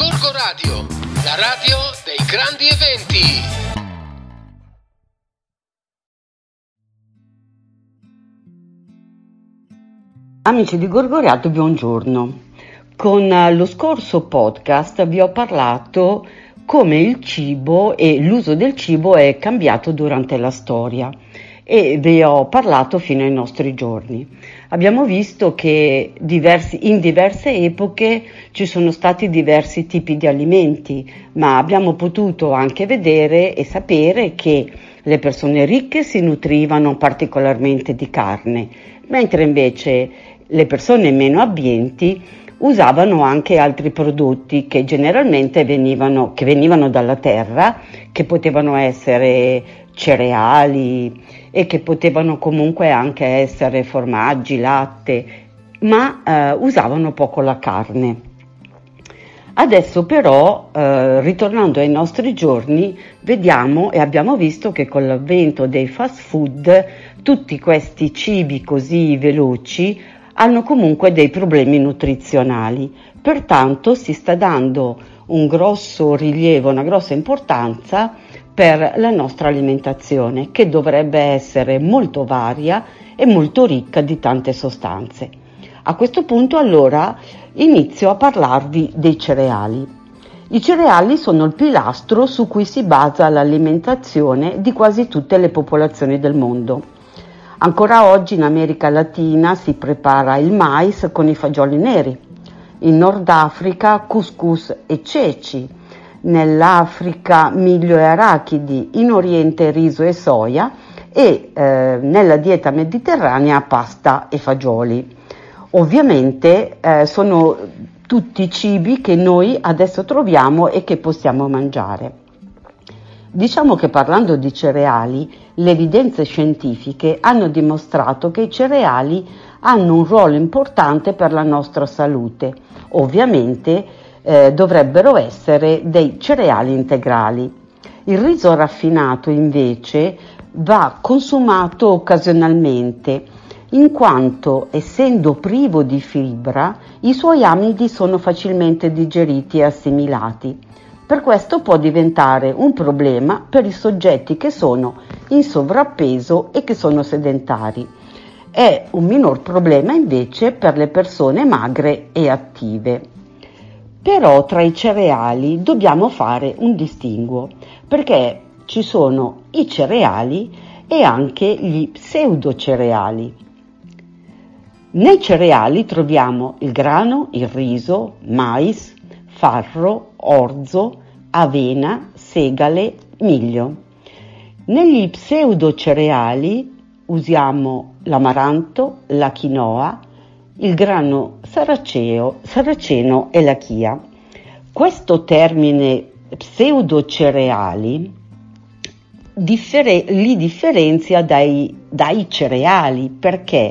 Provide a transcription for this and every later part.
Gorgo Radio, la radio dei grandi eventi. Amici di Gorgo Radio, buongiorno. Con lo scorso podcast vi ho parlato come il cibo e l'uso del cibo è cambiato durante la storia e vi ho parlato fino ai nostri giorni. Abbiamo visto che in diverse epoche ci sono stati diversi tipi di alimenti, ma abbiamo potuto anche vedere e sapere che le persone ricche si nutrivano particolarmente di carne, mentre invece le persone meno abbienti usavano anche altri prodotti che generalmente venivano dalla terra, che potevano essere cereali e che potevano comunque anche essere formaggi, latte, ma usavano poco la carne. Adesso però, ritornando ai nostri giorni, vediamo e abbiamo visto che con l'avvento dei fast food tutti questi cibi così veloci hanno comunque dei problemi nutrizionali, pertanto si sta dando un grosso rilievo, una grossa importanza per la nostra alimentazione, che dovrebbe essere molto varia e molto ricca di tante sostanze. A questo punto allora inizio a parlarvi dei cereali. I cereali sono il pilastro su cui si basa l'alimentazione di quasi tutte le popolazioni del mondo. Ancora oggi in America Latina si prepara il mais con i fagioli neri, in Nord Africa couscous e ceci, nell'Africa miglio e arachidi, in Oriente riso e soia e nella dieta mediterranea pasta e fagioli. Ovviamente sono tutti cibi che noi adesso troviamo e che possiamo mangiare. Diciamo che parlando di cereali, le evidenze scientifiche hanno dimostrato che i cereali hanno un ruolo importante per la nostra salute. Ovviamente dovrebbero essere dei cereali integrali. Il riso raffinato invece va consumato occasionalmente, in quanto essendo privo di fibra, i suoi amidi sono facilmente digeriti e assimilati. Per questo può diventare un problema per i soggetti che sono in sovrappeso e che sono sedentari. È un minor problema invece per le persone magre e attive. Però tra i cereali dobbiamo fare un distinguo, perché ci sono i cereali e anche gli pseudocereali. Nei cereali troviamo il grano, il riso, mais, farro, orzo, avena, segale, miglio. Negli pseudocereali usiamo l'amaranto, la quinoa, il grano saraceno e la chia. Questo termine pseudocereali li differenzia dai cereali, perché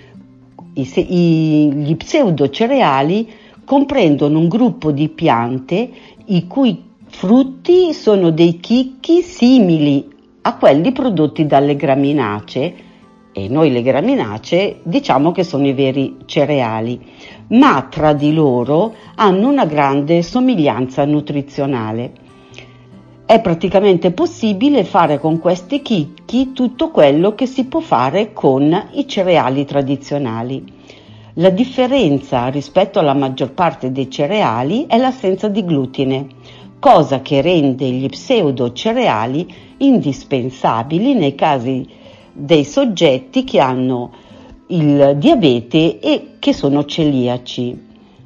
gli pseudocereali comprendono un gruppo di piante i cui frutti sono dei chicchi simili a quelli prodotti dalle graminacee, e noi le graminacee diciamo che sono i veri cereali, ma tra di loro hanno una grande somiglianza nutrizionale. È praticamente possibile fare con questi chicchi tutto quello che si può fare con i cereali tradizionali. La differenza rispetto alla maggior parte dei cereali è l'assenza di glutine, cosa che rende gli pseudocereali indispensabili nei casi dei soggetti che hanno il diabete e che sono celiaci.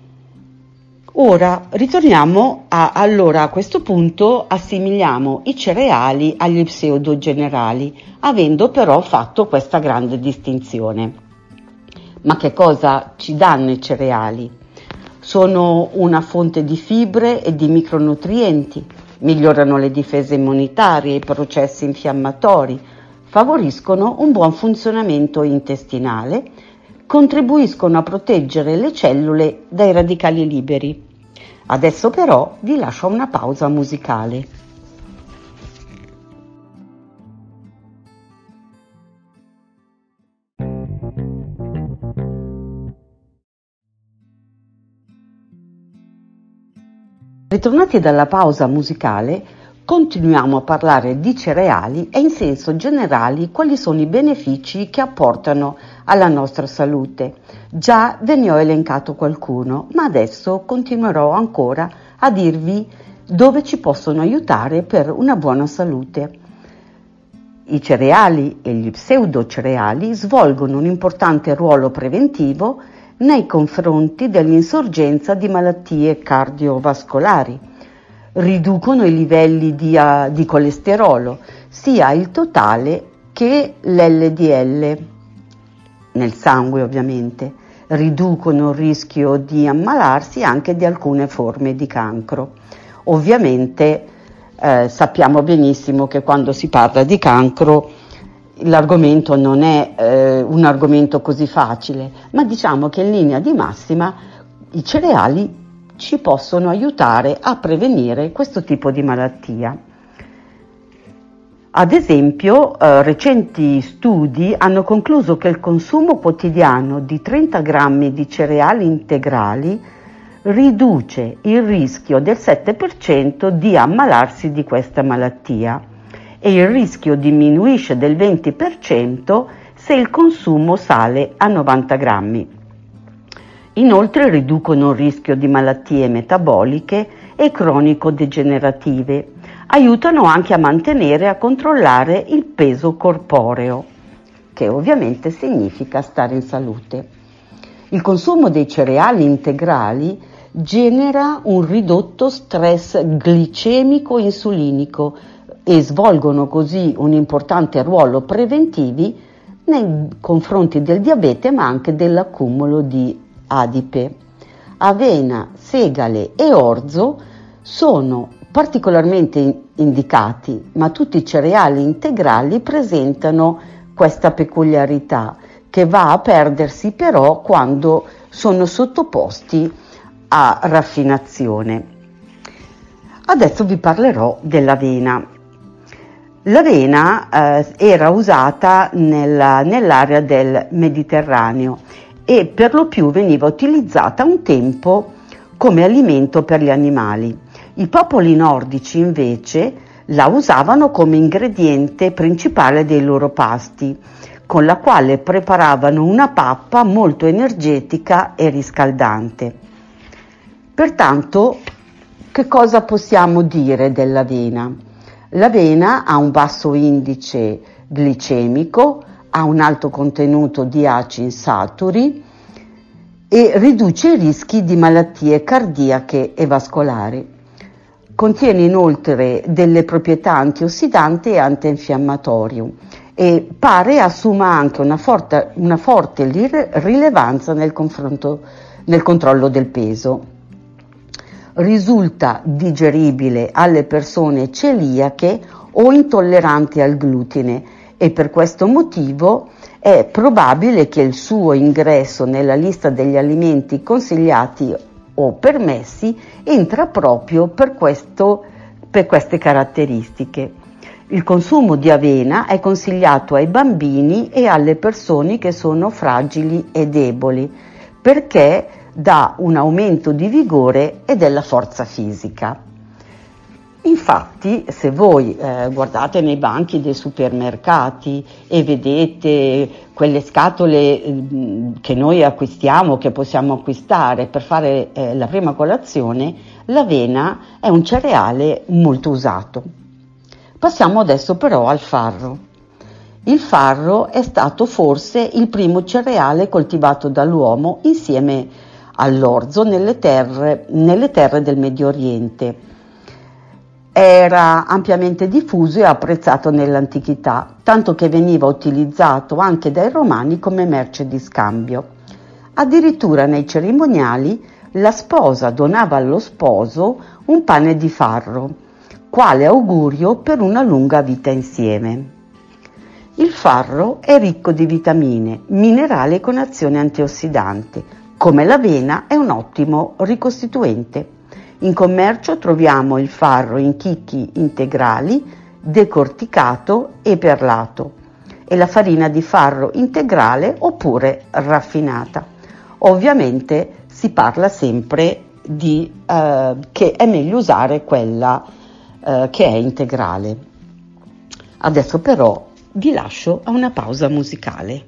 Ora ritorniamo allora a questo punto assimiliamo i cereali agli pseudogenerali, avendo però fatto questa grande distinzione. Ma che cosa ci danno i cereali? Sono una fonte di fibre e di micronutrienti, migliorano le difese immunitarie e i processi infiammatori, favoriscono un buon funzionamento intestinale, contribuiscono a proteggere le cellule dai radicali liberi. Adesso però vi lascio una pausa musicale. Ritornati dalla pausa musicale, continuiamo a parlare di cereali e in senso generale quali sono i benefici che apportano alla nostra salute. Già ve ne ho elencato qualcuno, ma adesso continuerò ancora a dirvi dove ci possono aiutare per una buona salute. I cereali e gli pseudocereali svolgono un importante ruolo preventivo nei confronti dell'insorgenza di malattie cardiovascolari. Riducono i livelli di colesterolo, sia il totale che l'LDL, nel sangue ovviamente. Riducono il rischio di ammalarsi anche di alcune forme di cancro. Ovviamente sappiamo benissimo che quando si parla di cancro l'argomento non è un argomento così facile, ma diciamo che in linea di massima i cereali ci possono aiutare a prevenire questo tipo di malattia. Ad esempio, recenti studi hanno concluso che il consumo quotidiano di 30 grammi di cereali integrali riduce il rischio del 7% di ammalarsi di questa malattia e il rischio diminuisce del 20% se il consumo sale a 90 grammi. Inoltre riducono il rischio di malattie metaboliche e cronico-degenerative. Aiutano anche a mantenere e a controllare il peso corporeo, che ovviamente significa stare in salute. Il consumo dei cereali integrali genera un ridotto stress glicemico insulinico e svolgono così un importante ruolo preventivo nei confronti del diabete, ma anche dell'accumulo di adipe. Avena, segale e orzo sono particolarmente indicati, ma tutti i cereali integrali presentano questa peculiarità che va a perdersi però quando sono sottoposti a raffinazione. Adesso vi parlerò dell'avena. L'avena era usata nell'area del Mediterraneo e per lo più veniva utilizzata un tempo come alimento per gli animali. I popoli nordici invece la usavano come ingrediente principale dei loro pasti, con la quale preparavano una pappa molto energetica e riscaldante. Pertanto, che cosa possiamo dire dell'avena? L'avena ha un basso indice glicemico, ha un alto contenuto di acidi saturi e riduce i rischi di malattie cardiache e vascolari. Contiene inoltre delle proprietà antiossidanti e antinfiammatorie e pare assuma anche una forte rilevanza nel controllo del peso. Risulta digeribile alle persone celiache o intolleranti al glutine e per questo motivo è probabile che il suo ingresso nella lista degli alimenti consigliati o permessi entra proprio per queste caratteristiche. Il consumo di avena è consigliato ai bambini e alle persone che sono fragili e deboli perché dà un aumento di vigore e della forza fisica. Infatti, se voi guardate nei banchi dei supermercati e vedete quelle scatole che noi acquistiamo, che possiamo acquistare per fare la prima colazione, l'avena è un cereale molto usato. Passiamo adesso però al farro. Il farro è stato forse il primo cereale coltivato dall'uomo insieme all'orzo nelle terre del Medio Oriente. Era ampiamente diffuso e apprezzato nell'antichità, tanto che veniva utilizzato anche dai romani come merce di scambio. Addirittura nei cerimoniali la sposa donava allo sposo un pane di farro, quale augurio per una lunga vita insieme. Il farro è ricco di vitamine, minerali con azione antiossidante. Come l'avena è un ottimo ricostituente. In commercio troviamo il farro in chicchi integrali, decorticato e perlato e la farina di farro integrale oppure raffinata. Ovviamente si parla sempre che è meglio usare quella che è integrale. Adesso però vi lascio a una pausa musicale.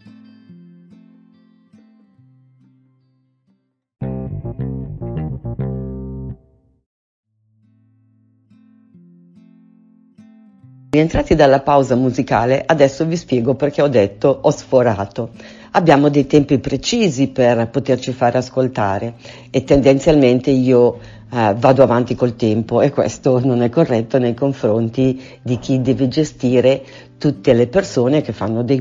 Rientrati dalla pausa musicale, adesso vi spiego perché ho sforato. Abbiamo dei tempi precisi per poterci fare ascoltare e tendenzialmente io vado avanti col tempo, e questo non è corretto nei confronti di chi deve gestire tutte le persone che fanno dei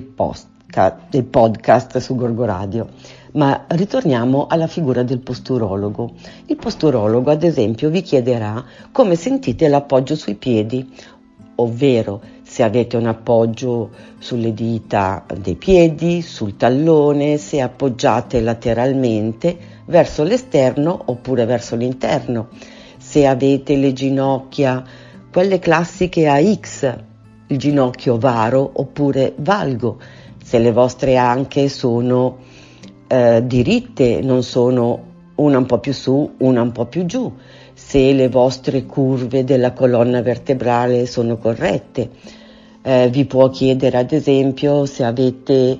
podcast su Gorgo Radio. Ma ritorniamo alla figura del posturologo. Il posturologo, ad esempio, vi chiederà come sentite l'appoggio sui piedi, ovvero se avete un appoggio sulle dita dei piedi, sul tallone, se appoggiate lateralmente verso l'esterno oppure verso l'interno, se avete le ginocchia, quelle classiche a X, il ginocchio varo oppure valgo, se le vostre anche sono diritte, non sono una un po' più su, una un po' più giù, se le vostre curve della colonna vertebrale sono corrette. Vi può chiedere ad esempio se avete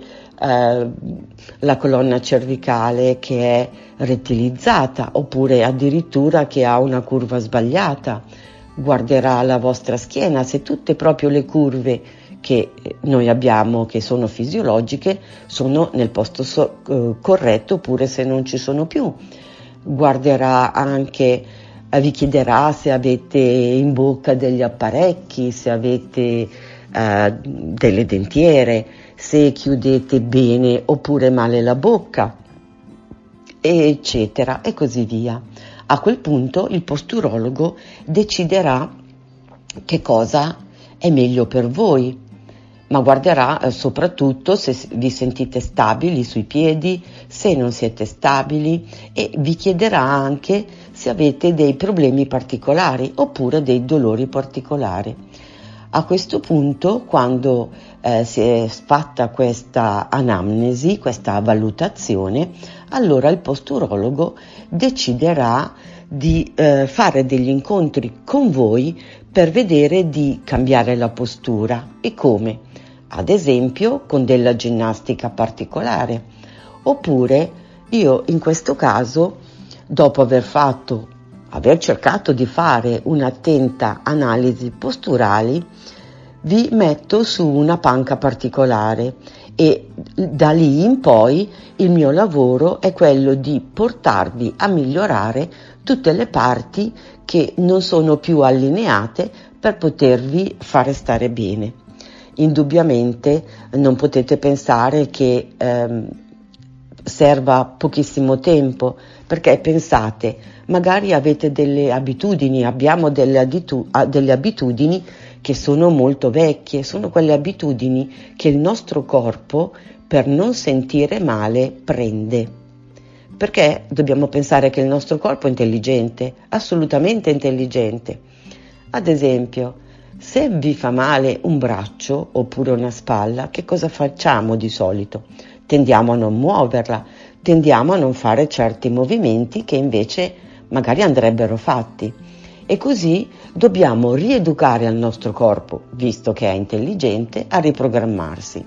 la colonna cervicale che è rettilizzata oppure addirittura che ha una curva sbagliata. Guarderà la vostra schiena, se tutte proprio le curve che noi abbiamo, che sono fisiologiche, sono nel posto corretto oppure se non ci sono più. Guarderà anche, vi chiederà se avete in bocca degli apparecchi, se avete delle dentiere, se chiudete bene oppure male la bocca, eccetera, e così via. A quel punto il posturologo deciderà che cosa è meglio per voi, ma guarderà soprattutto se vi sentite stabili sui piedi, se non siete stabili, e vi chiederà anche se avete dei problemi particolari oppure dei dolori particolari. A questo punto, quando si è fatta questa anamnesi, questa valutazione, allora il posturologo deciderà di fare degli incontri con voi per vedere di cambiare la postura. E come? Ad esempio con della ginnastica particolare, oppure io in questo caso, dopo aver cercato di fare un'attenta analisi posturali, vi metto su una panca particolare e da lì in poi il mio lavoro è quello di portarvi a migliorare tutte le parti che non sono più allineate per potervi fare stare bene. Indubbiamente non potete pensare che serva pochissimo tempo, perché pensate, magari avete delle abitudini, abbiamo delle abitudini che sono molto vecchie, sono quelle abitudini che il nostro corpo, per non sentire male, prende. Perché dobbiamo pensare che il nostro corpo è intelligente, assolutamente intelligente. Ad esempio, se vi fa male un braccio oppure una spalla, che cosa facciamo di solito? Tendiamo a non muoverla, tendiamo a non fare certi movimenti che invece magari andrebbero fatti. E così dobbiamo rieducare al nostro corpo, visto che è intelligente, a riprogrammarsi.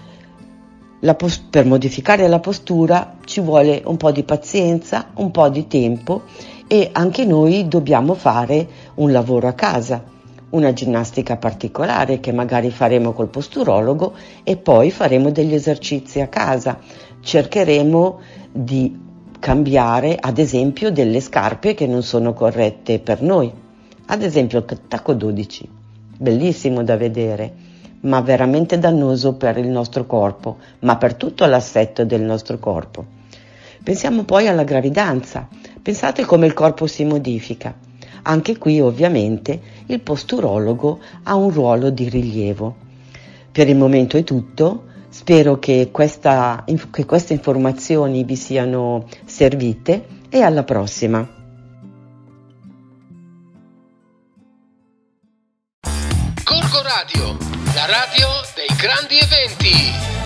Per modificare la postura ci vuole un po' di pazienza, un po' di tempo, e anche noi dobbiamo fare un lavoro a casa, una ginnastica particolare che magari faremo col posturologo e poi faremo degli esercizi a casa. Cercheremo di cambiare ad esempio delle scarpe che non sono corrette per noi, ad esempio il tacco 12, bellissimo da vedere, ma veramente dannoso per il nostro corpo, ma per tutto l'assetto del nostro corpo. Pensiamo poi alla gravidanza, pensate come il corpo si modifica. Anche qui ovviamente il posturologo ha un ruolo di rilievo. Per il momento è tutto. Spero che queste informazioni vi siano servite e alla prossima. Gorgo Radio, la radio dei grandi eventi.